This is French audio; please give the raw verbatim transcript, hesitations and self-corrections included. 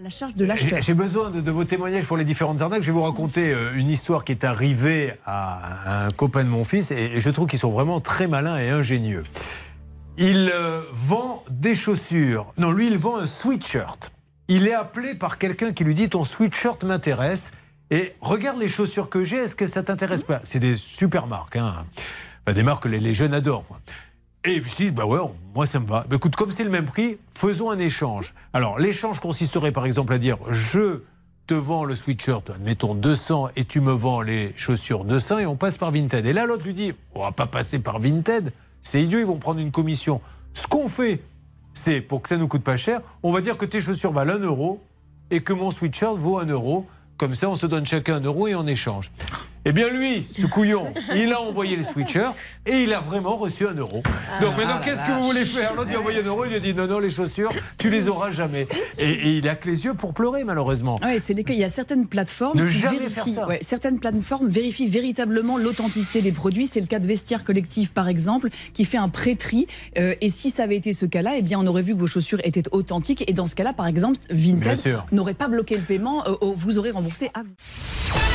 La charge de l'acheteur. J'ai besoin de, de vos témoignages pour les différentes arnaques. Je vais vous raconter euh, une histoire qui est arrivée à un copain de mon fils et, et je trouve qu'ils sont vraiment très malins et ingénieux. Il euh, vend des chaussures. Non, lui, il vend un sweatshirt. Il est appelé par quelqu'un qui lui dit « ton sweatshirt m'intéresse et regarde les chaussures que j'ai, est-ce que ça t'intéresse pas ?» C'est des super marques, hein. Enfin, des marques que les, les jeunes adorent, quoi. Et puis, si, bah ouais, moi ça me va. Bah, écoute, comme c'est le même prix, faisons un échange. Alors, l'échange consisterait par exemple à dire je te vends le sweatshirt, admettons deux cents, et tu me vends les chaussures deux cents, et on passe par Vinted. Et là, l'autre lui dit on va pas passer par Vinted, c'est idiot, ils vont prendre une commission. Ce qu'on fait, c'est pour que ça nous coûte pas cher, on va dire que tes chaussures valent un euro et que mon sweatshirt vaut un euro. Comme ça, on se donne chacun un euro et on échange. Eh bien lui, ce couillon, il a envoyé le sweatshirt et il a vraiment reçu un euro. Ah, Donc maintenant, ah, qu'est-ce que vous voulez faire? L'autre lui a envoyé un euro, il lui a dit non, non, les chaussures, tu les auras jamais. Et, et il a que les yeux pour pleurer, malheureusement. Ouais, c'est les cas. Il y a certaines plateformes ne qui jamais vérifient, faire ça. Ouais, certaines plateformes vérifient véritablement l'authenticité des produits. C'est le cas de Vestiaire Collectif, par exemple, qui fait un pré-tri. Euh, et si ça avait été ce cas-là, eh bien, on aurait vu que vos chaussures étaient authentiques. Et dans ce cas-là, par exemple, Vinted n'aurait pas bloqué le paiement. Euh, vous aurez remboursé à vous.